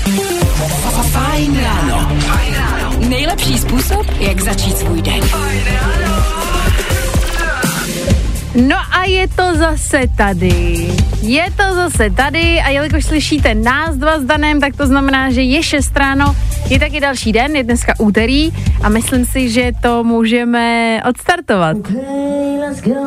Fajn ráno. Nejlepší způsob, jak začít svůj den. No a je to zase tady a jelikož slyšíte nás dva s Danem, tak to znamená, že je 6 ráno, je taky další den, je dneska úterý a myslím si, že to můžeme odstartovat. Okay, let's go.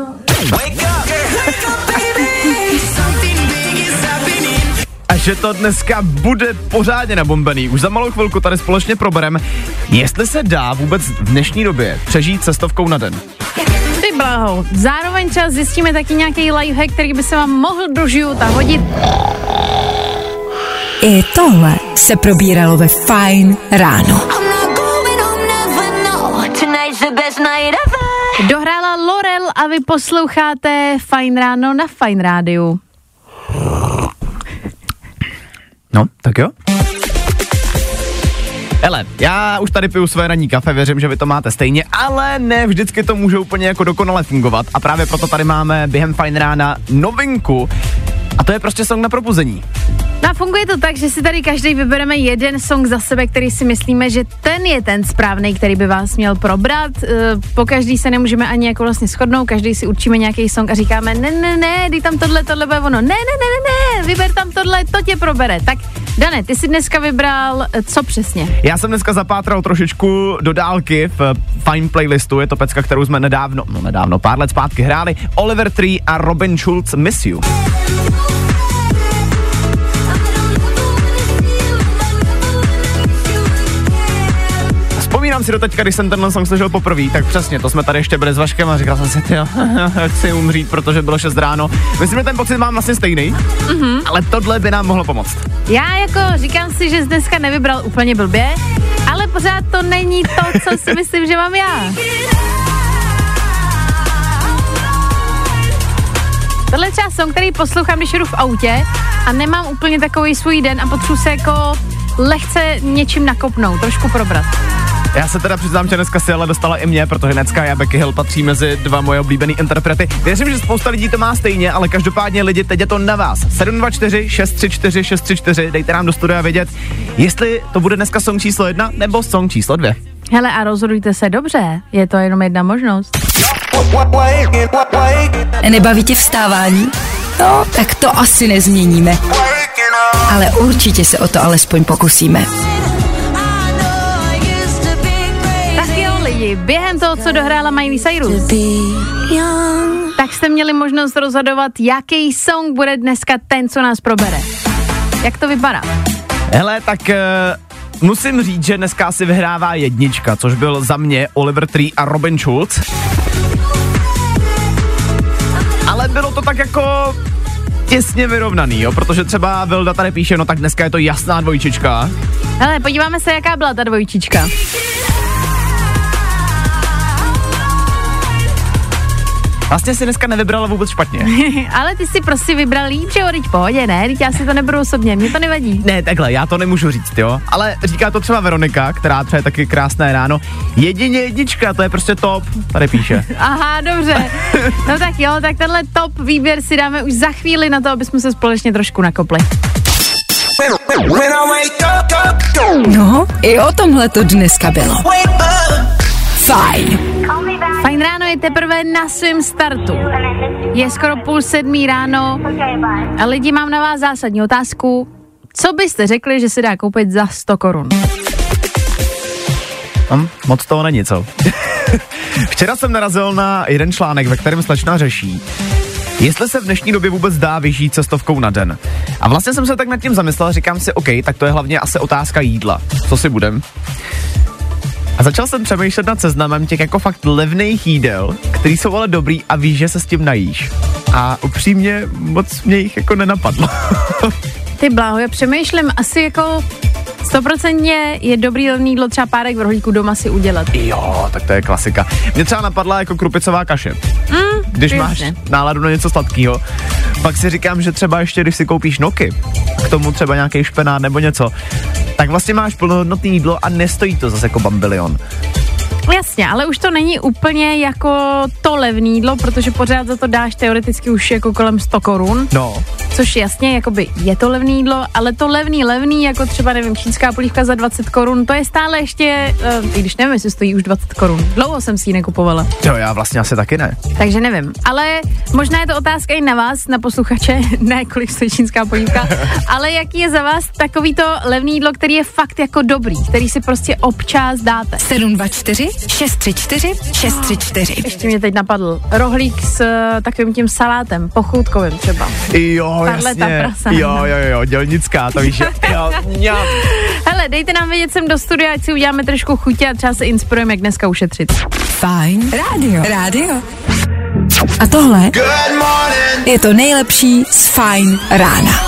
A že to dneska bude pořádně nabombený. Už za malou chvilku tady společně probereme, jestli se dá vůbec v dnešní době přežít cestovkou na den. Ty bláho, zároveň čas zjistíme taky nějaký lifehack, který by se vám mohl do života hodit. I tohle se probíralo ve Fajn ráno. Dohrála Lorel a vy posloucháte Fajn ráno na Fajn rádiu. No, tak jo. Hele, já už tady piju své ranní kafe, věřím, že vy to máte stejně, ale ne vždycky to může úplně jako dokonale fungovat a právě proto tady máme během Fajn rána novinku a to je prostě song na probuzení. No a funguje to tak, že si tady každý vybereme jeden song za sebe, který si myslíme, že ten je ten správný, který by vás měl probrat. Po každý se nemůžeme ani jako vlastně shodnout, každý si určíme nějaký song a říkáme ne, dej tam tohle bude ono, ne, vyber tam tohle, to tě probere. Tak Dane, ty jsi dneska vybral co přesně? Já jsem dneska zapátral trošičku do dálky v Fine playlistu, je to pecka, kterou jsme nedávno, pár let zpátky hráli, Oliver Tree a Robin Schulz Miss You. Vzpomínám si do teďka, když jsem tenhle song slyšel poprvé, tak přesně, to jsme tady ještě byli s Vaškem a říkal jsem si, chci umřít, protože bylo 6 ráno. Myslím, že ten pocit mám vlastně stejný, ale tohle by nám mohlo pomoct. Já jako říkám si, že jsi dneska nevybral úplně blbě, ale pořád to není to, co si myslím, že mám já. Tohle je třeba song, který poslouchám, když jedu v autě a nemám úplně takový svůj den a potřebuji se jako lehce něčím nakopnout, trošku probrat. Já se teda přiznám, že dneska si ale dostala i mě, protože Necka a Becky Hill patří mezi dva moje oblíbený interprety. Věřím, že spousta lidí to má stejně, ale každopádně lidi, teď je to na vás. 724 634 634, dejte nám do studia vědět, jestli to bude dneska song číslo 1 nebo song číslo 2. Hele a rozhodujte se dobře, je to jenom jedna možnost. Nebaví tě vstávání? No, tak to asi nezměníme. Ale určitě se o to alespoň pokusíme. Během toho, co dohrála Miley Cyrus, tak jste měli možnost rozhodovat, jaký song bude dneska ten, co nás probere. Jak to vypadá? Hele, tak musím říct, že dneska si vyhrává jednička, což byl za mě Oliver Tree a Robin Schulz. Ale bylo to tak jako těsně vyrovnaný, jo, protože třeba Vilda tady píše, no tak dneska je to jasná dvojčička. Hele, podíváme se, jaká byla ta dvojčička. Vlastně si dneska nevybrala vůbec špatně. Ale ty si prostě vybral líp, že jo, teď pohodě, ne? Teď já si to neberu osobně, mě to nevadí. Ne, takhle, já to nemůžu říct, jo. Ale říká to třeba Veronika, která přeje taky krásné ráno. Jedině jednička, to je prostě top, tady píše. Aha, dobře. No tak jo, tak tenhle top výběr si dáme už za chvíli na to, aby jsme se společně trošku nakopli. No, i o tomhle to dneska bylo. Fajn. Fajn ráno je teprve na svém startu. Je skoro 6:30 ráno a lidi, mám na vás zásadní otázku. Co byste řekli, že se dá koupit za 100 korun? Moc toho není, co? Včera jsem narazil na jeden článek, ve kterém slečna řeší, jestli se v dnešní době vůbec dá vyžít cestovkou na den. A vlastně jsem se tak nad tím zamyslel, říkám si, OK, tak to je hlavně asi otázka jídla. Co si budem? A začal jsem přemýšlet nad seznamem těch jako fakt levných jídel, který jsou ale dobrý a víš, že se s tím najíš. A upřímně moc mě jich jako nenapadlo. Ty bláho, já přemýšlím asi jako 100% je dobrý levný jídlo třeba párek v rohlíku doma si udělat. Jo, tak to je klasika. Mě třeba napadla jako krupicová kaše. Když máš náladu na něco sladkého, pak si říkám, že třeba ještě, když si koupíš noky, k tomu třeba nějaký špenát nebo něco, tak vlastně máš plnohodnotné jídlo a nestojí to zase jako bambilion. Jasně, ale už to není úplně jako to levný jídlo, protože pořád za to dáš teoreticky už jako kolem 100 korun. No. což jasně, jakoby je to levný jídlo, ale to levný, jako třeba, nevím, čínská polívka za 20 korun, to je stále ještě, i když nevím, jestli stojí už 20 korun. Dlouho jsem si ji nekupovala. Jo, já vlastně asi taky ne. Takže nevím, ale možná je to otázka i na vás, na posluchače, ne kolik stojí čínská polívka, ale jaký je za vás takový to levný jídlo, který je fakt jako dobrý, který si prostě občas dáte. 724 634 634. Ještě mě teď napadl rohlík s takovým tím salátem, pochoutkovým třeba. Jo, jasně. Jo, dělnická, to víš, jo. Hele, dejte nám vědět sem do studia, ať si uděláme trošku chutě a třeba se inspirujeme, jak dneska ušetřit. Fajn rádio. A tohle je to nejlepší z Fajn rána.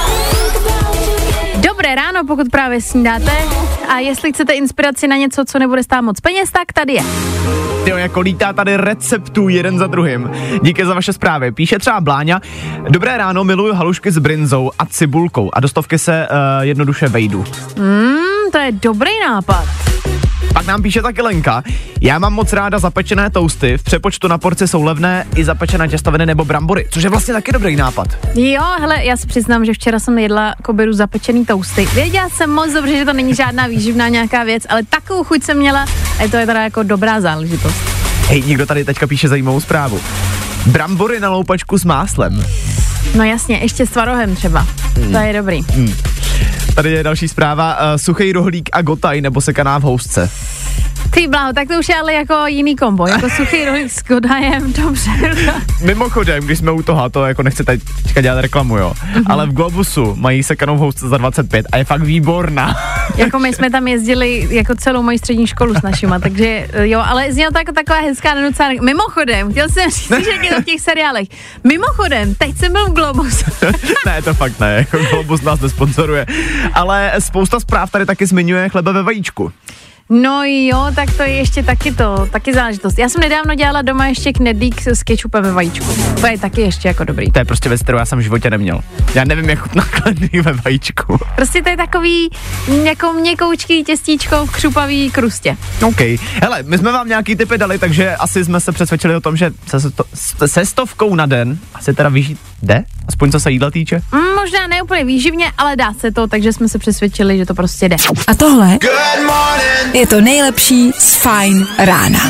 Dobré ráno, pokud právě snídáte, a jestli chcete inspiraci na něco, co nebude stát moc peněz, tak tady je. Jo, jako lítá tady receptů jeden za druhým. Díky za vaše zprávy. Píše třeba Bláňa: dobré ráno, miluju halušky s brinzou a cibulkou a do stovky se jednoduše vejdu. To je dobrý nápad. Pak nám píše taky Lenka: já mám moc ráda zapečené tousty, v přepočtu na porci jsou levné i zapečené těstoviny nebo brambory, což je vlastně taky dobrý nápad. Jo, hele, já si přiznám, že včera jsem jedla koberu zapečený tousty. Věděla jsem moc dobře, že to není žádná výživná nějaká věc, ale takovou chuť jsem měla a to je teda jako dobrá záležitost. Hej, někdo tady teďka píše zajímavou zprávu. Brambory na loupačku s máslem. No jasně, ještě s tvarohem třeba. To je dobrý. Tady je další zpráva, suchý rohlík a gotaj nebo sekaná v housce. Ty bláho, tak to už je ale jako jiný kombo, jako suchý rohlík s godajem, dobře. Mimochodem, když jsme u toho, to jako nechci teď dělat reklamu, jo, ale v Globusu mají sekanou v housce za 25 a je fakt výborná. Jako my jsme tam jezdili jako celou moji střední školu s našima, takže jo, ale znělo to jako taková hezká nenucená. Mimochodem, chtěl jsem říct, že je to v těch seriálech. Mimochodem, teď jsem byl v Globusu. Ne, to fakt ne, jako Globus nás nesponzoruje, ale spousta zpráv tady taky zmiňuje chleba ve vajíčku. No jo, tak to je ještě taky záležitost. Já jsem nedávno dělala doma ještě knedlík s kečupem ve vajíčku. To je taky ještě jako dobrý. To je prostě věc, kterou já jsem v životě neměl. Já nevím, jak chutná knedlík ve vajíčku. Prostě to je takový jako měkoučký těstíčko v křupavý krustě. OK. Hele, my jsme vám nějaký tipy dali, takže asi jsme se přesvědčili o tom, že se stovkou na den asi teda vyžít jde? Aspoň co se jídla týče? Možná ne úplně výživně, ale dá se to, takže jsme se přesvědčili, že to prostě jde. A tohle je to nejlepší z Fajn rána.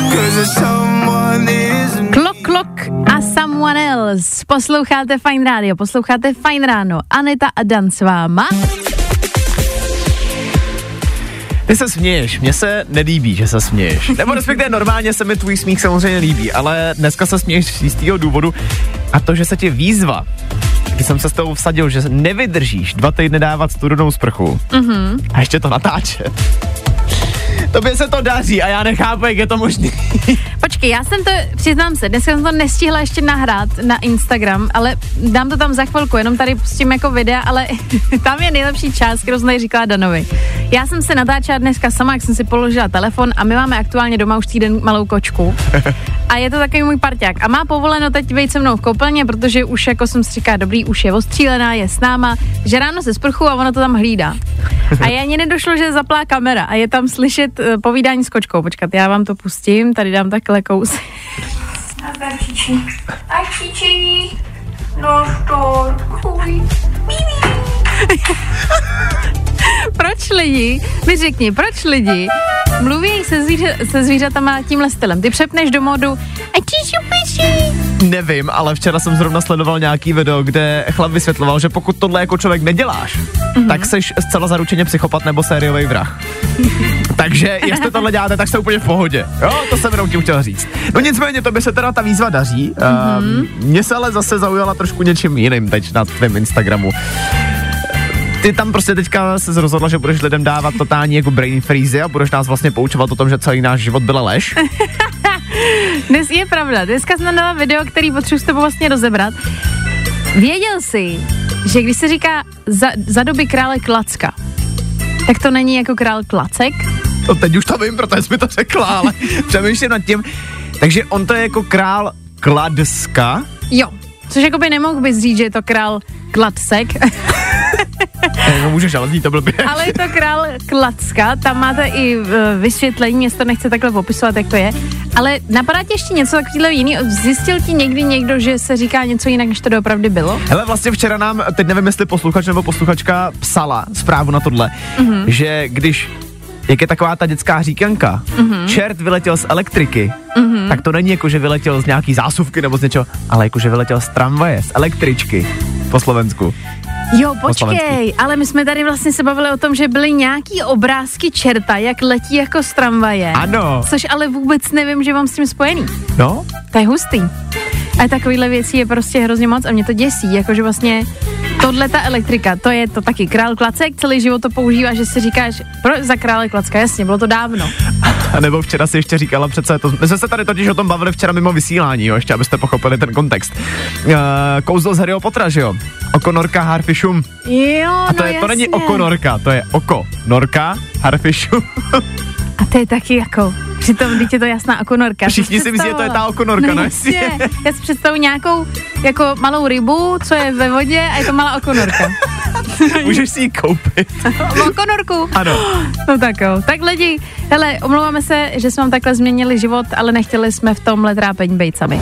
Klok a Someone Else. Posloucháte Fajn rádio, posloucháte Fajn ráno. Aneta a Dan s váma. Ty se směješ, mně se nelíbí, že se směješ. Nebo respektive normálně se mi tvůj smích samozřejmě líbí, ale dneska se směješ z jistého důvodu a to, že se ti výzva, když jsem se s tebou vsadil, že nevydržíš 2 týdny dávat studenou sprchu a ještě to natáčet. Tobě se to daří a já nechápu, jak je to možný. Počkej, já jsem to, přiznám se, dneska jsem to nestihla ještě nahrát na Instagram, ale dám to tam za chvilku, jenom tady pustím jako videa, ale tam je nejlepší část, kterou jsem tady říkala Danovi. Já jsem se natáčela dneska sama, jak jsem si položila telefon a my máme aktuálně doma už týden malou kočku. A je to takový můj parťák. A má povoleno teď být se mnou v koupelně, protože už jako jsem si říkala, dobrý, už je ostřílená, je s náma, že ráno se sprchu a ona to tam hlídá. A já ani nedošlo, že zaplá kamera a je tam slyšet povídání s kočkou. Počkat, já vám to pustím, tady dám takhle kousek. A čičí, no to, Proč lidi, mi řekni, proč lidi mluví se zvířatama tímhle stylem? Ty přepneš do modu a čičupiči. Nevím, ale včera jsem zrovna sledoval nějaký video, kde chlap vysvětloval, že pokud tohle jako člověk neděláš, tak seš zcela zaručeně psychopat nebo sériový vrah. Takže jestli tohle děláte, tak jste úplně v pohodě. Jo, to jsem jenom tím chtěl říct. No nicméně, to by se teda ta výzva daří. Mně se ale zase zaujala trošku něčím jiným teď na tvém Instagramu. Ty tam prostě teďka se rozhodla, že budeš lidem dávat totální jako brain freeze a budeš nás vlastně poučovat o tom, že celý náš život byla lež. Dnes je pravda. Dneska jsem dala video, který potřebuji s tebou vlastně rozebrat. Věděl jsi, že když se říká za doby krále Klacka, tak to není jako král Klacek? No teď už to vím, protože jsi mi to řekla, ale přemýšlím nad tím. Takže on to je jako král Kladska? Jo, což jakoby nemohl bys říct, že je to král Klacek. Můžeš, ale zní to blbě. Ale je to Král Klacka, tam máte i vysvětlení, mě to nechce takhle popisovat, jak to je. Ale napadá ti ještě něco takového jiný? Zjistil ti někdy někdo, že se říká něco jinak, než to doopravdy bylo? Hele, vlastně včera nám, teď nevím, jestli posluchač nebo posluchačka psala zprávu na tohle, že když, jak je taková ta dětská říkanka, čert vyletěl z elektriky, tak to není jako, že vyletěl z nějaký zásuvky nebo z něčeho, ale jako, že vyletěl z tramvaje, z električky po Slovensku. Jo, počkej, ale my jsme tady vlastně se bavili o tom, že byly nějaký obrázky čerta, jak letí jako z tramvaje. Ano. Což ale vůbec nevím, že mám s tím spojený. No? To je hustý. A takovýhle věcí je prostě hrozně moc a mě to děsí, jakože vlastně tohle ta elektrika, to je to taky Král Klacek, celý život to používá, že si říkáš, za Krále Klacka, jasně, bylo to dávno. A nebo včera si ještě říkala přece, my jsme se tady totiž o tom bavili včera mimo vysílání, jo, ještě abyste pochopili ten kontext. Kouzlo z Harryho Pottera, že jo? Oko, norka, harfišum. Jo, a to, to není oko, norka, to je oko, norka, harfišum. A to je taky jako, přitom dítě to je jasná okonorka. Všichni si myslí, že to je ta okonorka, no jasně. Já si představu nějakou jako malou rybu, co je ve vodě a je to malá okonorka. Můžeš si ji koupit. Okonorku? Ano. No tak jo. Tak lidi, hele, omlouváme se, že jsme vám takhle změnili život, ale nechtěli jsme v tomhle trápení bejt sami.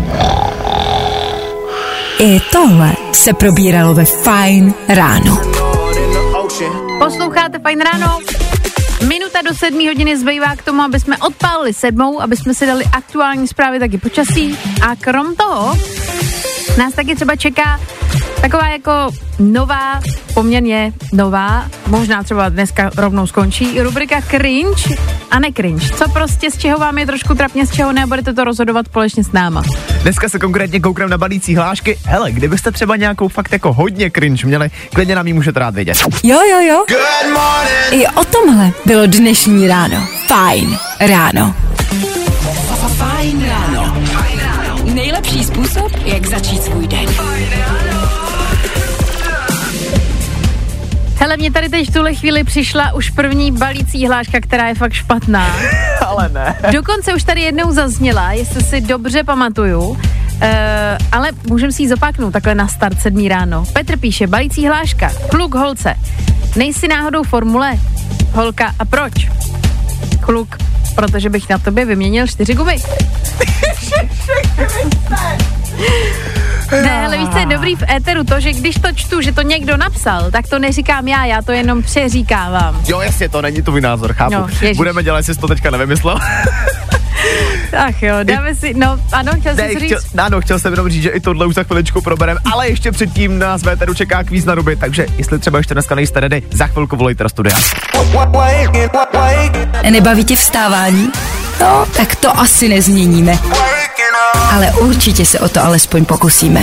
I tohle se probíralo ve Fajn ráno. Posloucháte Fajn ráno? Minuta do 7 hodiny zbývá k tomu, aby jsme odpálili 7, aby jsme si dali aktuální zprávy taky počasí. A krom toho nás taky třeba čeká taková jako nová, poměrně nová, možná třeba dneska rovnou skončí, rubrika cringe a ne cringe. Co prostě, z čeho vám je trošku trapně, z čeho ne, budete to rozhodovat společně s náma. Dneska se konkrétně kouknem na balící hlášky. Hele, kdybyste třeba nějakou fakt jako hodně cringe měli, klidně nám ji můžete rád vědět. Jo. I o tomhle bylo dnešní ráno. Fajn ráno. Fajn ráno. Nejlepší způsob, jak začít svůj den. Hele, mě tady teď v tuhle chvíli přišla už první balící hláška, která je fakt špatná. Ale ne. Dokonce už tady jednou zazněla, jestli si dobře pamatuju, ale můžeme si ji zopaknout takhle na start 7 ráno. Petr píše, balící hláška, kluk holce, nejsi náhodou formule? Holka, a proč? Kluk, protože bych na tobě vyměnil 4 gumy. Ne, ale víš, co je dobrý v éteru, to, že když to čtu, že to někdo napsal, tak to neříkám já to jenom přeříkávám. Jo, jasně, to není tvůj názor, chápu. No, budeme dělat, jestli jsi to teďka nevymyslel. Ach jo, dáme si, no ano, chtěl jsem si říct. Chtěl jsem jenom říct, že i tohle už za chviličku proberem, ale ještě předtím nás v éteru čeká kvíz na ruby, takže jestli třeba ještě dneska nejste ready, za chvilku volejte do studia. Nebaví tě vstávání? No, tak to asi nezměníme. Ale určitě se o to alespoň pokusíme.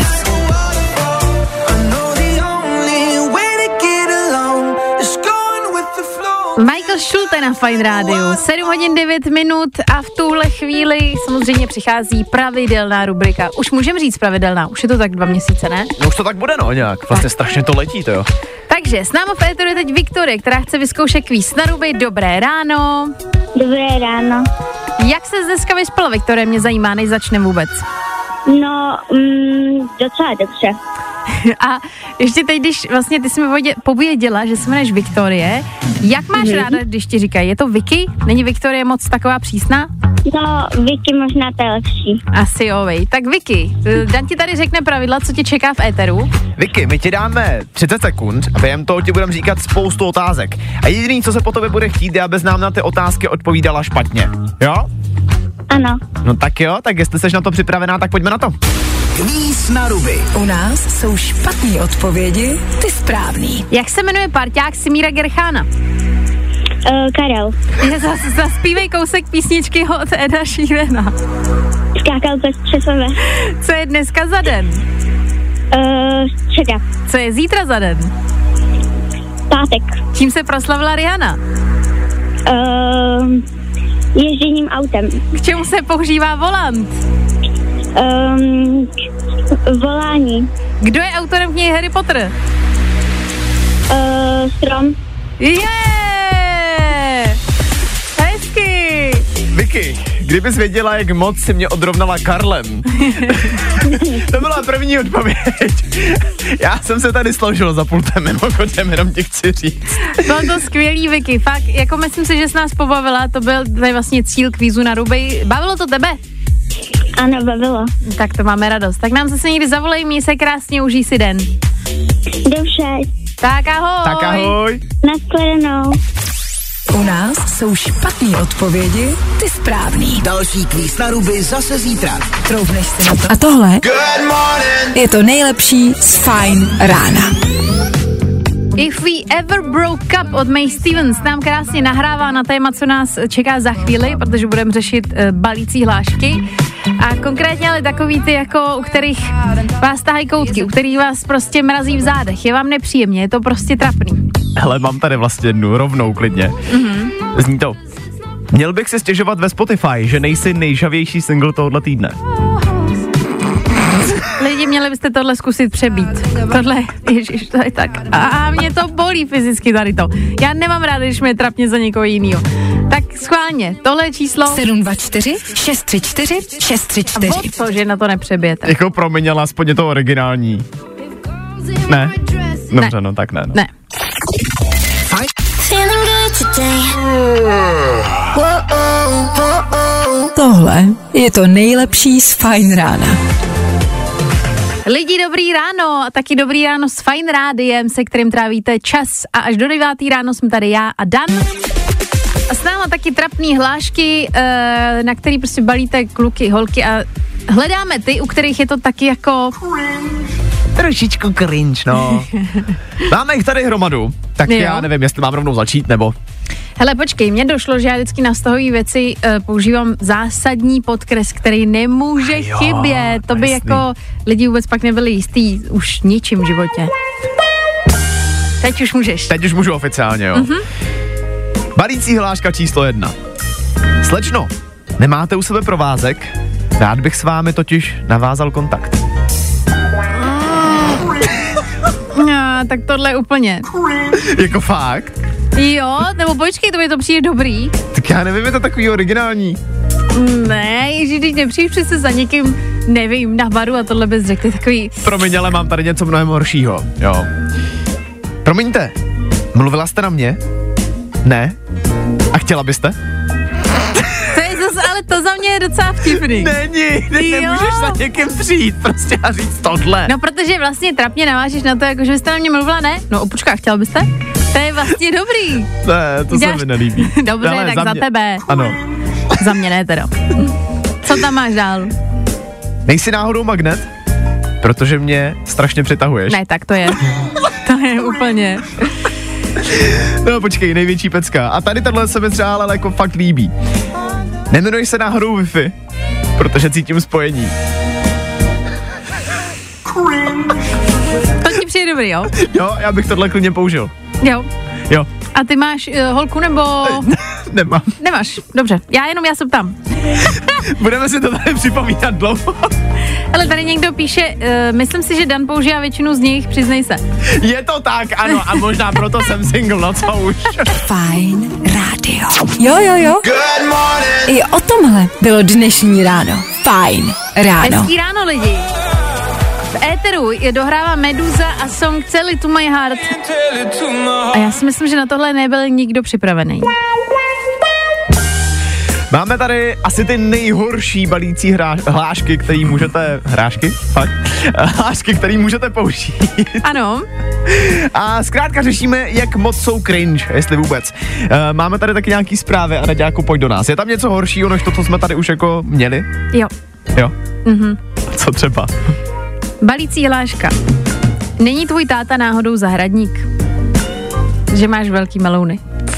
Michael Schulte na Fajn rádiu. 7 hodin 9 minut a v tuhle chvíli samozřejmě přichází pravidelná rubrika. Už můžeme říct pravidelná, už je to tak 2 měsíce, ne? No už to tak bude, no nějak. Vlastně strašně to letí, to jo. Takže s námi v éteru je teď Viktorie, která chce vyzkoušet kvíz na ruby. Dobré ráno. Dobré ráno. Jak se dneska vyspala, Viktorie? Mě zajímá, než začneme vůbec. No, docela dobře. A ještě teď, když vlastně ty jsi mi pověděla, že se jmenuješ Viktorie, jak máš ráda, když ti říkají, je to Vicky? Není Viktorie moc taková přísná? No, Vicky možná to je lepší. Asi jo, vej. Tak Vicky, Dan ti tady řekne pravidla, co tě čeká v éteru. Vicky, my ti dáme 30 sekund a během toho ti budeme říkat spoustu otázek. A jediný, co se po tobě bude chtít, je, abys nám na ty otázky odpovídala špatně. Jo? Ano. No tak jo, tak jestli jsi na to připravená, tak pojďme na to. Kvíz na ruby. U nás jsou špatné odpovědi, ty správný. Jak se jmenuje parťák Simíra Gerchána? Karel. Zaspívej kousek písničky od Eda Sheerana. Skákal přes sebe. Co je dneska za den? Středa. Co je zítra za den? Pátek. Čím se proslavila Rihanna? Ježděním autem. K čemu se používá volant? Volání. Kdo je autorem knihy Harry Potter? Strom. Hezky! Vicky, kdybys věděla, jak moc si mě odrovnala Karlem. To byla první odpověď. Já jsem se tady složil za pultem, mimochodem, jenom ti chci říct. Bylo to skvělý, Vicky, fakt, jako myslím si, že jsi nás pobavila, to byl vlastně cíl kvízu na Ruby. Bavilo to tebe? Ano, bavilo. Tak to máme radost. Tak nám zase někdy zavolej, měj se krásně, užij si den. Dobře. Tak ahoj. Tak ahoj. Nashledanou. U nás jsou špatné odpovědi, ty správný. Další kvíz na Ruby zase zítra. Troufneš si na to. A tohle je to nejlepší z Fajn rána. If We Ever Broke Up od May Stevens nám krásně nahrává na téma, co nás čeká za chvíli, protože budeme řešit balící hlášky. A konkrétně ale takový ty, jako u kterých vás tahají koutky, u kterých vás prostě mrazí v zádech. Je vám nepříjemně, je to prostě trapný. Hele, mám tady vlastně jednu, rovnou klidně. Zní to. Měl bych si stěžovat ve Spotify, že nejsi nejžavější single tohohle týdne. Lidi, měli byste tohle zkusit přebít. Tohle, ježiš, to je tak. A mě to bolí fyzicky tady to. Já nemám ráda, když mě je trapně za někoho jinýho. Tak schválně, tohle je číslo 724 634 634. A co, že na to nepřebijete? Jako promiň, ale aspoň je to originální. Ne? Dobře, no tak ne. No. Ne. Tohle je to nejlepší z Fajn rána. Lidi, dobrý ráno a taky dobrý ráno s Fajn rádiem, se kterým trávíte čas a až do 9. ráno jsme tady já a Dan. A s náma taky trapný hlášky, na který prostě balíte kluky, holky a hledáme ty, u kterých je to taky jako... Trošičku cringe, no. Máme jich tady hromadu, tak jo. Já nevím, jestli mám rovnou začít, nebo... Hele, počkej, mně došlo, že já vždycky na vztahové věci používám zásadní podkres, který nemůže chybět. To by jasný. jako lidi vůbec pak nebyli jistý už ničím v životě. Teď už můžeš. Teď už můžu oficiálně, jo. Balící hláška číslo 1. Slečno, nemáte u sebe provázek? Rád bych s vámi totiž navázal kontakt. Tak tohle je úplně. Jako fakt? Jo, nebo počkej, to mi to přijde dobrý. Tak já nevím, je to takový originální. Ne, ježiš, když nepřijď přece za někým, nevím, na baru a tohle bys řekl, takový... Promiň, ale mám tady něco mnohem horšího, jo. Promiňte, mluvila jste na mě? Ne? A chtěla byste? To je zase, ale to za mě je docela vtipný. Není, nemůžeš za někým přijít prostě a říct tohle. No, protože vlastně trapně navážeš na to, jako že byste na mě mluvila, ne? No, počká, chtěla byste? To je vlastně dobrý. Ne, to se mi nelíbí. Dobře, ale tak za tebe. Ano. Za mě ne teda. Co tam máš dál? Nejsi náhodou magnet? Protože mě strašně přitahuješ. Ne, tak to je. To je úplně... No počkej, největší pecka. A tady tohle se mi třeba ale jako fakt líbí. Nejmenuješ se náhodou Wi-Fi? Protože cítím spojení. To ti přijde dobrý, jo? Jo, já bych tohle klidně použil. Jo. Jo. A ty máš holku nebo... Nemám. Nemáš, dobře. Já jsem tam. Budeme si to tady připomínat dlouho. Ale tady někdo píše, myslím si, že Dan používá většinu z nich, přiznej se. Je to tak, ano, a možná proto jsem single, no co už. Fajn rádio. Jo. Good morning. I o tomhle bylo dnešní ráno. Fajn ráno. Hezký ráno, lidi. V éteru je dohrává Meduza a song Tell It To My Heart. A já si myslím, že na tohle nebyl nikdo připravený. Máme tady asi ty nejhorší balící hlášky, který můžete... Hlášky, který můžete použít. Ano. A zkrátka řešíme, jak moc jsou cringe, jestli vůbec. Máme tady taky nějaký zprávy a Naďáku, pojď do nás. Je tam něco horšího, než to, co jsme tady už jako měli? Jo. Jo? Co třeba? Balící hláška. Není tvůj táta náhodou zahradník? Že máš velký melouny.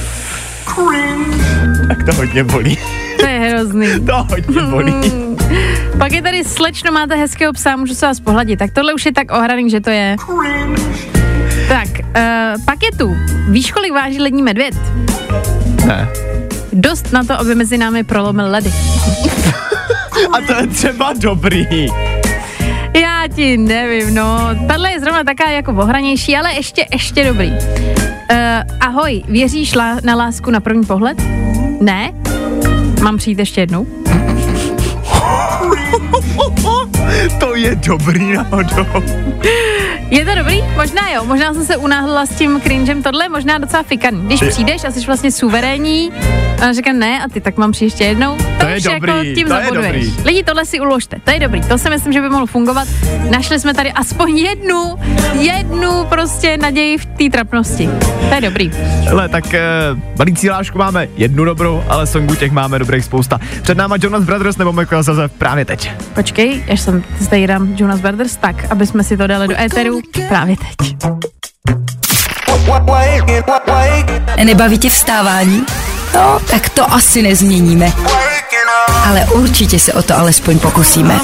Tak to hodně bolí. To je hrozný. To hodně bolí. Pak je tady slečno, máte hezkého psa, můžu se vás pohladit. Tak tohle už je tak ohraný, že to je... Tak, pak je tu. Víš, kolik váží lední medvěd? Ne. Dost na to, aby mezi námi prolomil ledy. A to je třeba dobrý. Já ti nevím, no. Tahle je zrovna taká jako ohranější, ale ještě dobrý. Ahoj, věříš na lásku na první pohled? Ne? Mám přijít ještě jednou? To je dobrý náhodou. Je to dobrý? Možná jo, možná jsem se unáhlila s tím cringem, tohle je možná docela fikaný. Když přijdeš a jsi vlastně suverénní a říkám ne a ty tak mám přijít ještě jednou, to je už dobrý, jako tím to je zabuduješ. dobrý. Lidi, tohle si uložte, to je dobrý, to si myslím, že by mohlo fungovat. Našli jsme tady aspoň jednu prostě naději v té trapnosti. To je dobrý. Hele, tak balící lášku máme jednu dobrou, ale songů těch máme dobrých spousta. Před náma Jonas Brothers nebo Michael Zazef právě teď. Počkej, až jsem zde dám Jonas Brothers tak, aby jsme si to dali do éteru právě teď. Nebaví tě vstávání? No, tak to asi nezměníme. Ale určitě se o to alespoň pokusíme.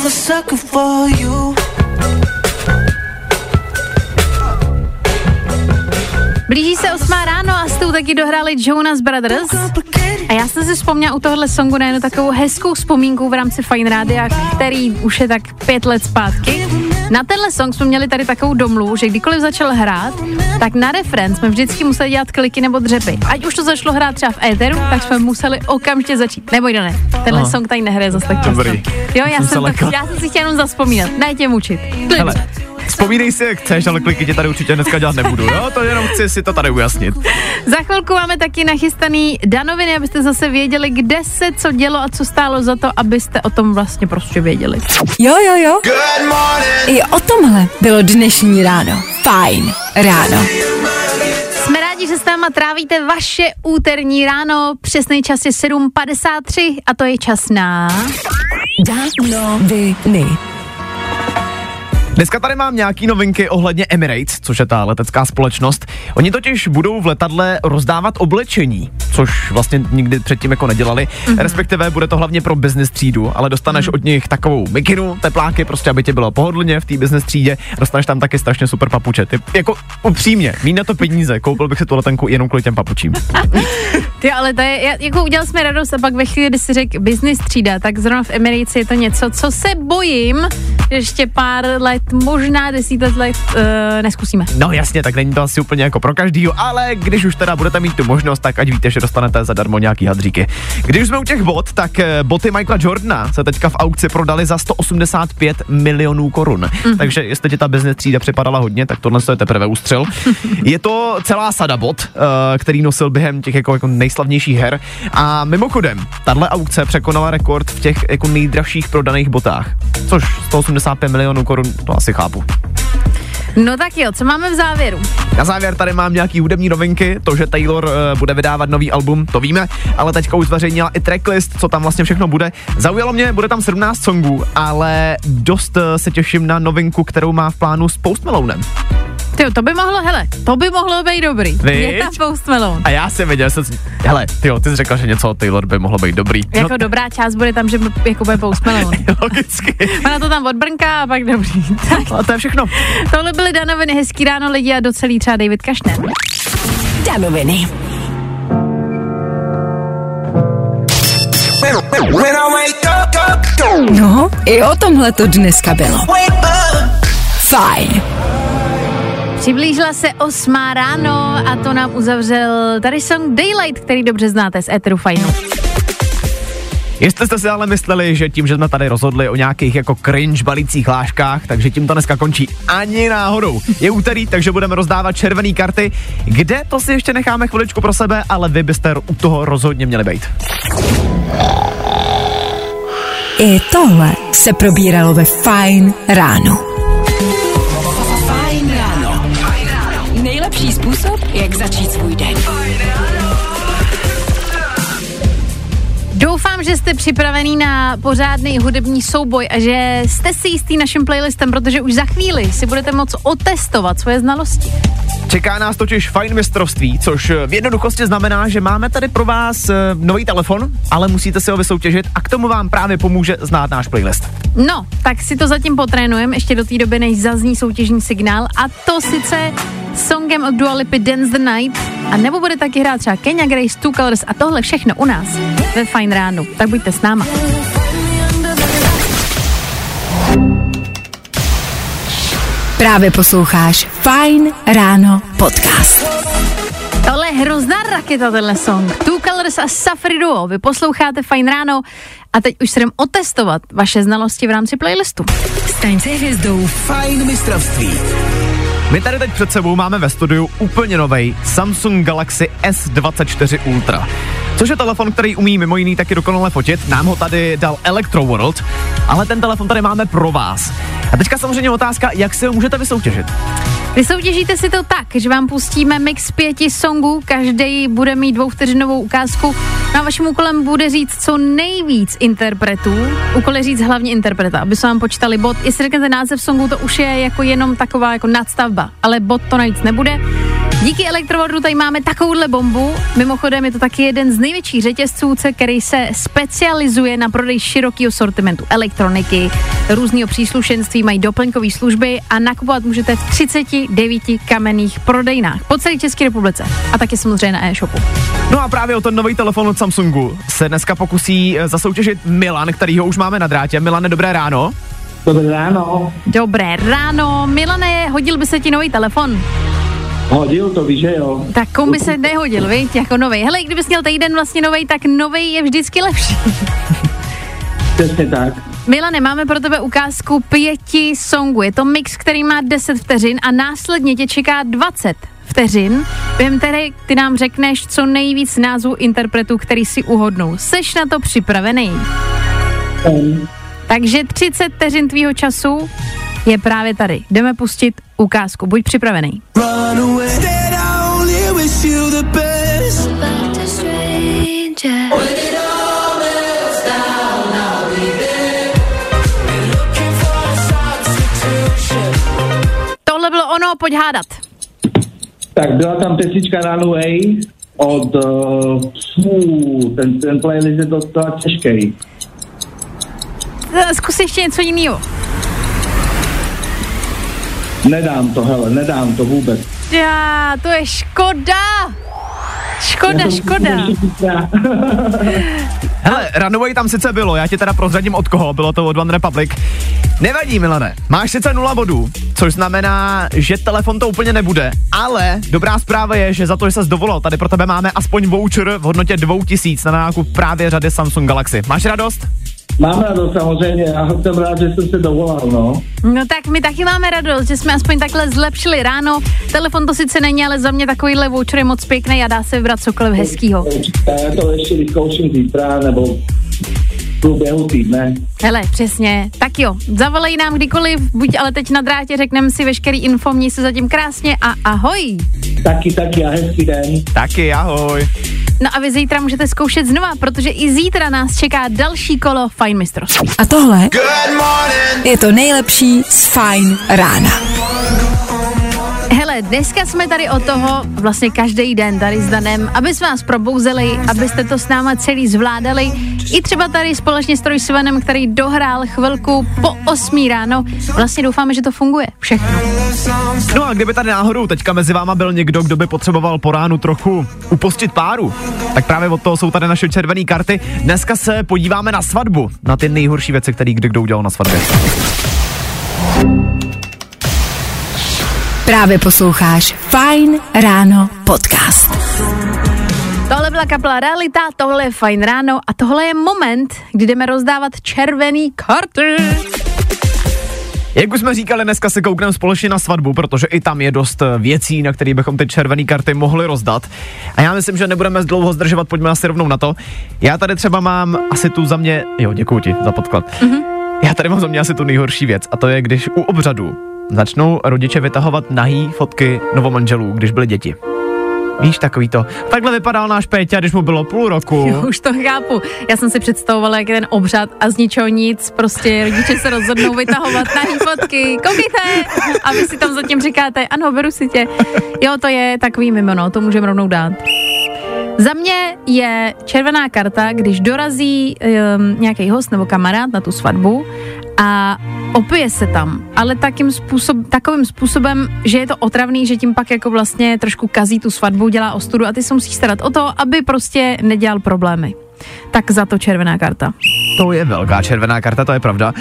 Blíží se 8 ráno a s tou taky dohráli Jonas Brothers. A já jsem si vzpomněla u tohohle songu na jednu takovou hezkou vzpomínku v rámci Fine Rádia, který už je tak 5 let zpátky. Na tenhle song jsme měli tady takovou domluvu, že kdykoliv začal hrát, tak na refrén jsme vždycky museli dělat kliky nebo dřepy. Ať už to začalo hrát třeba v éteru, tak jsme museli okamžitě začít. Nebo ne, tenhle song tady nehraje zase tak často. Jo, já jsem si chtěla jenom zazpomínat, ne tě mučit. Hele, vzpomínej si, jak chceš, ale kliky tě tady určitě dneska dělat nebudu, jo? To jenom chci si to tady ujasnit. Za chvilku máme taky nachystaný danoviny, abyste zase věděli, kde se co dělo a co stálo za to, abyste o tom vlastně prostě věděli. Jo. I o tomhle bylo dnešní ráno. Fajn ráno. Jsme rádi, že s náma trávíte vaše úterní ráno. Přesný čas je 7:53 a to je čas na... Danoviny. Dneska tady mám nějaký novinky ohledně Emirates, což je ta letecká společnost. Oni totiž budou v letadle rozdávat oblečení, což vlastně nikdy předtím jako nedělali. Respektive bude to hlavně pro business třídu, ale dostaneš od nich takovou mikinu, tepláky, prostě aby tě bylo pohodlně v té business třídě. Dostaneš tam taky strašně super papuče. Ty, jako upřímně, mít na to peníze, koupil bych si tu letenku jenom kvůli těm papučím. Ty, ale to je, jako udělal jsme radost a pak ve chvíli, kdy si řekl business třída, tak zrovna v Emirates je to něco, co se bojím, ještě pár let, možná 10 let neskusíme. No jasně, tak není to asi úplně jako pro každýho, ale když už teda budete mít tu možnost, tak ať víte, že dostanete zadarmo nějaký hadříky. Když jsme u těch bot, tak boty Michaela Jordana se teďka v aukci prodaly za 185 milionů korun. Takže jestli ti ta business třída připadala hodně, tak tohle je teprve ústřel. Je to celá sada bot, který nosil během těch jako nejslavnějších her. A mimochodem, tahle aukce překonala rekord v těch jako nejdražších prodaných botách. Což 185 milionů korun, to asi chápu. No tak jo, co máme v závěru? Na závěr tady mám nějaký hudební novinky, to, že Taylor bude vydávat nový album, to víme, ale teďka už zveřejnila i tracklist, co tam vlastně všechno bude. Zaujalo mě, bude tam 17 songů, ale dost se těším na novinku, kterou má v plánu s Post Malonem. Tyjo, to by mohlo být dobrý. Je tam Post Malone. A já jsem věděl, hele, tyjo, ty jsi řekla, že něco od Taylor by mohlo být dobrý. Jako dobrá část bude tam, že jako bude Post Malone. Logicky. Ona to tam odbrnká a pak dobrý. Tak. A to je všechno. Tohle byly danoviny, hezký ráno lidi a docelý třeba David Kašner. Danoviny. No, i o tomhle to dneska bylo. Fajn. Přiblížila se 8 ráno a to nám uzavřel tady song Daylight, který dobře znáte z éteru Fajnu. Jestli jste si ale mysleli, že tím, že jsme tady rozhodli o nějakých jako cringe balících hláškách, takže tím to dneska končí ani náhodou. Je úterý, takže budeme rozdávat červené karty, kde to si ještě necháme chviličku pro sebe, ale vy byste u toho rozhodně měli být. I tohle se probíralo ve Fajn ráno. Fajn ráno. Nejlepší způsob, jak začít svůj den. Doufám, že jste připravený na pořádný hudební souboj a že jste si jistý naším playlistem, protože už za chvíli si budete moct otestovat svoje znalosti. Čeká nás totiž Fajn mistrovství, což v jednoduchosti znamená, že máme tady pro vás nový telefon, ale musíte si ho vysoutěžit a k tomu vám právě pomůže znát náš playlist. No, tak si to zatím potrénujeme ještě do té doby, než zazní soutěžní signál, a to sice songem od Dua Lipy Dance the Night, a nebo bude taky hrát třeba Kenya Grace, Two Colors a tohle všechno u nás ve Fajn ránu. Tak buďte s náma. Právě posloucháš Fajn ráno podcast. Tohle je hrozná raketa, tenhle song. Two Colors a Safri Duo. Vy posloucháte Fajn ráno a teď už se jdem otestovat vaše znalosti v rámci playlistu. Staň se hvězdou. Fajn mistrovství. My tady teď před sebou máme ve studiu úplně novej Samsung Galaxy S24 Ultra. Což je telefon, který umí mimo jiný taky dokonale fotit. Nám ho tady dal Electroworld, ale ten telefon tady máme pro vás. A teďka samozřejmě otázka, jak si ho můžete vysoutěžit. Vysoutěžíte si to tak, že vám pustíme mix 5 songů, každý bude mít 2vteřinovou ukázku. No a vaším úkolem bude říct co nejvíc interpretů. Úkol je říct hlavně interpreta, aby se vám počítali bod. Jestli řeknete název songu, to už je jako jenom taková jako nadstavba, ale bod to navíc nebude. Díky Electroworldu tady máme takovouhle bombu. Mimochodem je to taky jeden z největších řetězců, který se specializuje na prodej širokého sortimentu elektroniky, různýho příslušenství, mají doplňkové služby a nakupovat můžete v 39 kamenných prodejnách po celé České republice a taky samozřejmě na e-shopu. No a právě o ten nový telefon od Samsungu se dneska pokusí zasoutěžit Milan, kterýho už máme na drátě. Milane, dobré ráno. Dobré ráno. Dobré ráno. Milane, hodil by se ti nový telefon? Hodil, to víš, že jo. Tak komu by se nehodil, viď, jako novej. Hele, kdybys měl týden vlastně novej, tak novej je vždycky lepší. Přesně tak. Milane, máme pro tebe ukázku 5 songů. Je to mix, který má 10 vteřin a následně tě čeká 20 vteřin, během které ty nám řekneš co nejvíc názvů interpretů, který si uhodnou. Seš na to připravený? Takže 30 vteřin tvýho času je právě tady. Jdeme pustit ukázku. Buď připravený. Tohle bylo ono, pojď hádat. Tak byla tam pesička Runaway od ten playlist je docela těžký. Zkus ještě něco jiného. Nedám to vůbec. Já, to je škoda. Škoda. Hele, Runaway tam sice bylo, já ti teda prozradím od koho, bylo to od One Republic. Nevadí, Milane, máš sice 0 bodů, což znamená, že telefon to úplně nebude, ale dobrá zpráva je, že za to, že ses dovolal, tady pro tebe máme aspoň voucher v hodnotě 2000 na nákup právě řady Samsung Galaxy. Máš radost? Mám radost samozřejmě, já jsem rád, že jsem se dovolal, no. No tak my taky máme radost, že jsme aspoň takhle zlepšili ráno. Telefon to sice není, ale za mě takovýhle voucher je moc pěkný a dá se vybrat cokoliv hezkýho. Já to ještě vyzkouším zítra, nebo v průběhu týdne. Hele, přesně. Tak jo, zavolej nám kdykoliv, buď ale teď na drátě, řekneme si veškerý info, měj se zatím krásně a ahoj. Taky a hezký den. Taky, ahoj. No a vy zítra můžete zkoušet znova, protože i zítra nás čeká další kolo Fajn mistrovství. A tohle je to nejlepší z Fajn rána. Hele, dneska jsme tady od toho, vlastně každý den tady s Danem, aby jsme vás probouzeli, abyste to s náma celý zvládali. I třeba tady společně s Trojsvanem, který dohrál chvilku po 8 ráno. Vlastně doufáme, že to funguje. Všechno. No a kdyby tady náhodou teďka mezi váma byl někdo, kdo by potřeboval po ránu trochu upustit páru, tak právě od toho jsou tady naše červené karty. Dneska se podíváme na svatbu, na ty nejhorší věci, které kdo udělal na svatbě. Právě posloucháš Fajn ráno podcast. Tohle byla kapela Realita, tohle je Fajn ráno a tohle je moment, kdy jdeme rozdávat červený karty. Jak už jsme říkali, dneska se koukneme společně na svatbu, protože i tam je dost věcí, na které bychom ty červené karty mohli rozdat. A já myslím, že nebudeme dlouho zdržovat, pojďme asi rovnou na to. Já tady třeba mám asi tu za mě, děkuji ti za podklad. Já tady mám za mě asi tu nejhorší věc a to je, když u obřadu začnou rodiče vytahovat nahý fotky novomanželů, když byly děti. Víš, takový to. Takhle vypadal náš Péťa, když mu bylo půl roku. Jo, už to chápu. Já jsem si představovala, jak je ten obřad a z ničeho nic, prostě rodiče se rozhodnou vytahovat nahý fotky. Koukejte! A vy si tam zatím říkáte, ano, beru si tě. Jo, to je takový mimono, to můžeme rovnou dát. Za mě je červená karta, když dorazí nějaký host nebo kamarád na tu svatbu a opije se tam, ale takovým způsobem, že je to otravný, že tím pak jako vlastně trošku kazí tu svatbu, dělá ostudu a ty se musíš starat o to, aby prostě nedělal problémy. Tak za to červená karta. To je velká červená karta, to je pravda.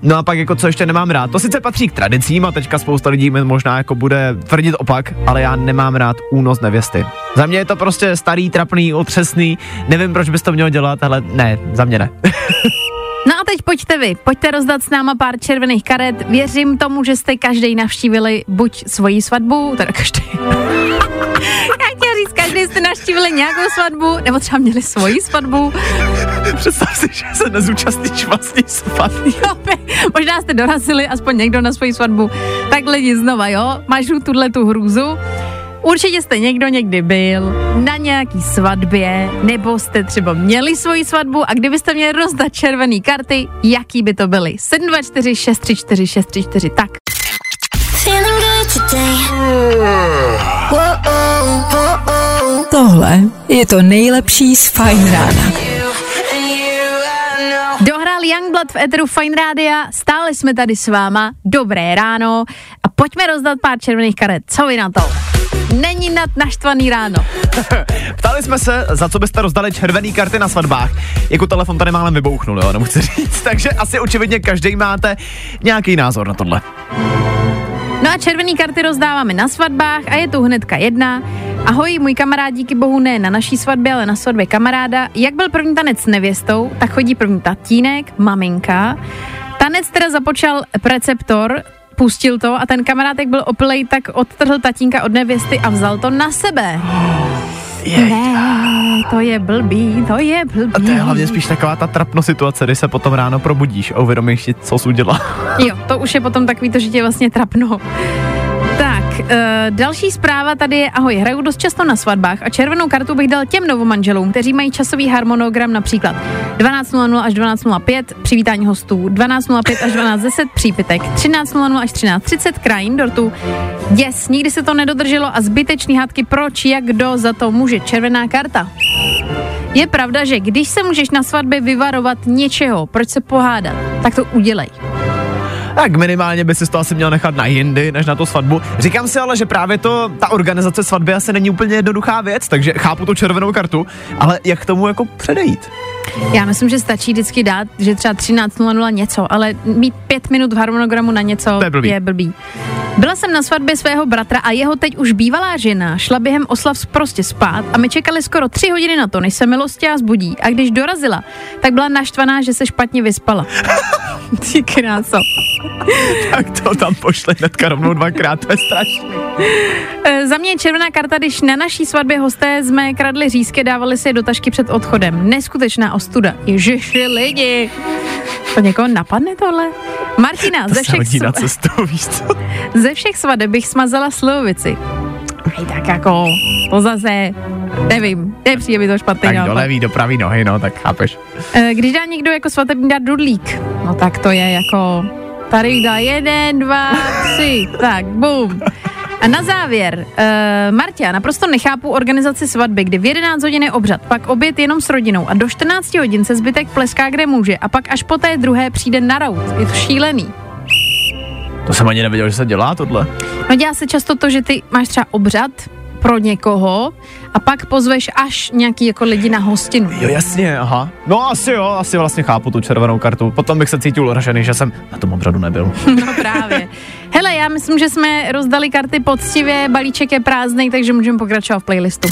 No a pak jako co ještě nemám rád, to sice patří k tradicím a teďka spousta lidí možná jako bude tvrdit opak, ale já nemám rád únos nevěsty. Za mě je to prostě starý, trapný, otřesný, nevím, proč bys to měl dělat, ale ne, za mě ne. No a teď pojďte vy, pojďte rozdat s náma pár červených karet, věřím tomu, že jste každej navštívili buď svoji svatbu, teda každý. Já chtěla říct, každý jste navštívili nějakou svatbu, nebo třeba měli svoji svatbu. Představ si, že se nezúčastníš vlastní svatby. Možná jste dorazili aspoň někdo na svoji svatbu. Tak lidi znova, jo, mažu tu hrůzu. Určitě jste někdo někdy byl na nějaký svatbě, nebo jste třeba měli svoji svatbu a kdybyste měli rozdat červený karty, jaký by to byly? 724 634 634, tak. Tohle je to nejlepší z Fajn rána. Dohrál Youngblood v éteru Fajn rádia, stále jsme tady s váma, dobré ráno a pojďme rozdat pár červených karet, co vy na to? Není naštvaný ráno. Ptali jsme se, za co byste rozdali červený karty na svatbách. Jako telefon tady málem vybouchnul, jo, nemůžu říct. Takže asi očividně každý máte nějaký názor na tohle. No a červený karty rozdáváme na svatbách a je tu hnedka jedna. Ahoj, můj kamarád, díky bohu ne na naší svatbě, ale na svatbě kamaráda. Jak byl první tanec s nevěstou, tak chodí první tatínek, maminka. Tanec teda započal preceptor, pustil to a ten kamarád, jak byl opilej, tak odtrhl tatínka od nevěsty a vzal to na sebe. Ne, to je blbý. A to je hlavně spíš taková ta trapno situace, kdy se potom ráno probudíš a uvědomíš si, co jsi udělal. Jo, to už je potom takový to, že tě vlastně trapno. Tak, další zpráva tady je, ahoj, hraju dost často na svatbách a červenou kartu bych dal těm novomanželům, kteří mají časový harmonogram například 12:00 až 12:05 přivítání hostů, 12:05 až 12:10 přípitek, 13:00 až 13:30 krajín dortu. Yes, nikdy se to nedodrželo a zbytečný hádky proč, jak kdo za to může, červená karta. Je pravda, že když se můžeš na svatbě vyvarovat něčeho, proč se pohádat, tak to udělej. Tak minimálně by si to asi měl nechat na jindy, než na tu svatbu. Říkám si ale, že právě ta organizace svatby asi není úplně jednoduchá věc, takže chápu tu červenou kartu, ale jak k tomu jako předejít? Já myslím, že stačí vždycky dát, že třeba 13:00 něco, ale mít 5 minut v harmonogramu na něco je blbý. Byla jsem na svatbě svého bratra a jeho teď už bývalá žena šla během oslav prostě spát a my čekali skoro 3 hodiny na to, než se milostě zbudí. A když dorazila, tak byla naštvaná, že se špatně vyspala. Ty kráso. Tak to tam pošle hnedka rovnou 2krát, to je strašný. Za mě je červená karta, když na naší svatbě hosté jsme kradli řízky, dávali si je do tašky před odchodem. Neskutečná ostuda. Ježiši lidi. To někoho napadne tohle? Martina, ze všech svadeb bych smazala slivovici. Hej, tak jako, to zase, nevím, nepřijde mi to špatný. Tak do levý, do pravý nohy, no, tak chápeš. Když dá někdo jako svatební dát dudlík, no tak to je jako, tady dá 1, 2, 3, tak, bum. A na závěr, Martia, naprosto nechápu organizaci svatby, kdy v 11 hodin je obřad, pak oběd jenom s rodinou a do 14 hodin se zbytek pleská, kde může a pak až po té druhé přijde na raut. Je to šílený. To jsem ani nevěděl, že se dělá tohle. No dělá se často to, že ty máš třeba obřad pro někoho a pak pozveš až nějaký jako lidi na hostinu. Jo, jasně, aha. No asi vlastně chápu tu červenou kartu. Potom bych se cítil uražený, že jsem na tom obřadu nebyl. No právě. Hele, já myslím, že jsme rozdali karty poctivě, balíček je prázdnej, takže můžeme pokračovat v playlistu.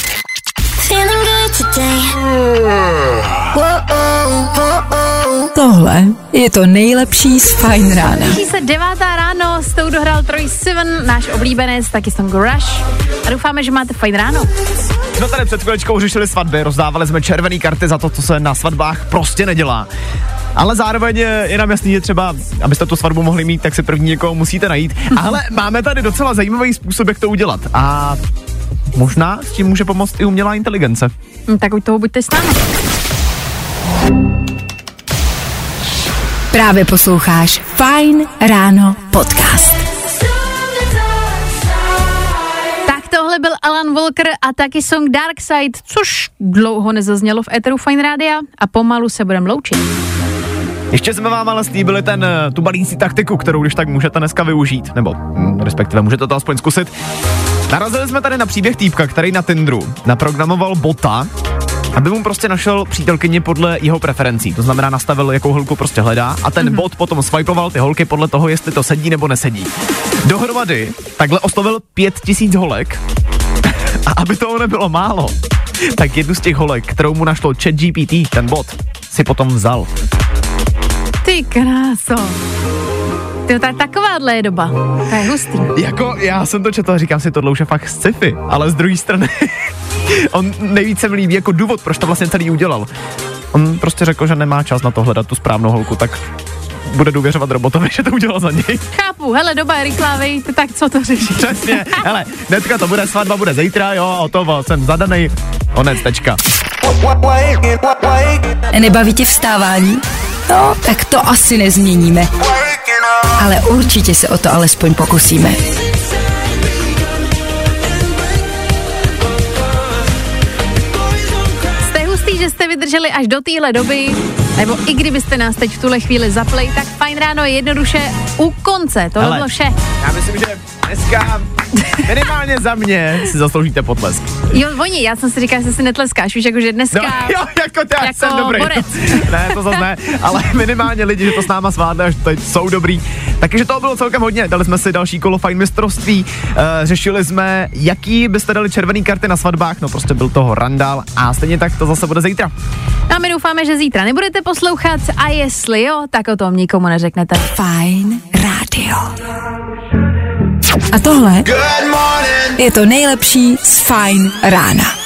Tohle je to nejlepší z Fajn rána. Blíží se 9. ráno, s tou dohrál Troye Sivan, náš oblíbenec, taky song Rush. A doufáme, že máte fajn ráno. Jsme tady před chviličkou řešili svatby, rozdávali jsme červený karty za to, co se na svatbách prostě nedělá. Ale zároveň je nám jasný, že třeba, abyste tu svatbu mohli mít, tak si první někoho musíte najít. Ale máme tady docela zajímavý způsob, jak to udělat. A možná s tím může pomoct i umělá inteligence. Tak už toho buďte s námi. Právě posloucháš Fajn ráno podcast. Tak tohle byl Alan Walker a taky song Dark Side, což dlouho nezaznělo v éteru Fajn rádia a pomalu se budeme loučit. Ještě jsme vám ale slíbili tu balící taktiku, kterou když tak můžete dneska využít, nebo respektive můžete to aspoň zkusit. Narazili jsme tady na příběh týpka, který na Tinderu naprogramoval bota, aby mu prostě našel přítelkyni podle jeho preferencí. To znamená, nastavil, jakou holku prostě hledá a ten bot potom swipeoval ty holky podle toho, jestli to sedí nebo nesedí. Dohromady takhle oslovil 5000 holek a aby toho nebylo málo, tak jednu z těch holek, kterou mu našlo ChatGPT, ten bot, si potom vzal. Ty kráso. Takováhle je doba. To je hustý. Jako, já jsem to četl a říkám si, tohle už je fakt sci-fi, ale z druhé strany, on nejvíce mi líbí jako důvod, proč to vlastně celý udělal. On prostě řekl, že nemá čas na to hledat tu správnou holku, tak bude důvěřovat robotovi, že to udělal za něj. Chápu, hele, doba je rychlá, vejte, tak co to řeší? Přesně, hele, dneska to bude, svatba bude zítra, jo, hotovo, jsem zadanej, konec, tečka. Nebaví tě vstávání? No, tak to asi nezměníme. Ale určitě se o to alespoň pokusíme. Jste hustý, že jste vydrželi až do téhle doby, nebo i kdybyste nás teď v tuhle chvíli zapli, tak Fajn ráno je jednoduše u konce. Tohle bylo vše. Já myslím, že dneska minimálně za mě si zasloužíte potlesk. Jo, oni, já jsem si říkal, že si netleskáš, víš, jakože dneska... No, jo, jako ty, jako jsem dobrý. borec. Ne, to zase ne, ale minimálně lidi, že to s náma zvládne, až teď jsou dobrý. Takže toho bylo celkem hodně, dali jsme si další kolo Fajn mistrovství, řešili jsme, jaký byste dali červený karty na svatbách, no prostě byl toho randál a stejně tak to zase bude zítra. A my doufáme, že zítra nebudete poslouchat a jestli jo, tak o tom nikomu neřeknete. Fajn rádio. A tohle je to nejlepší z Fajn rána.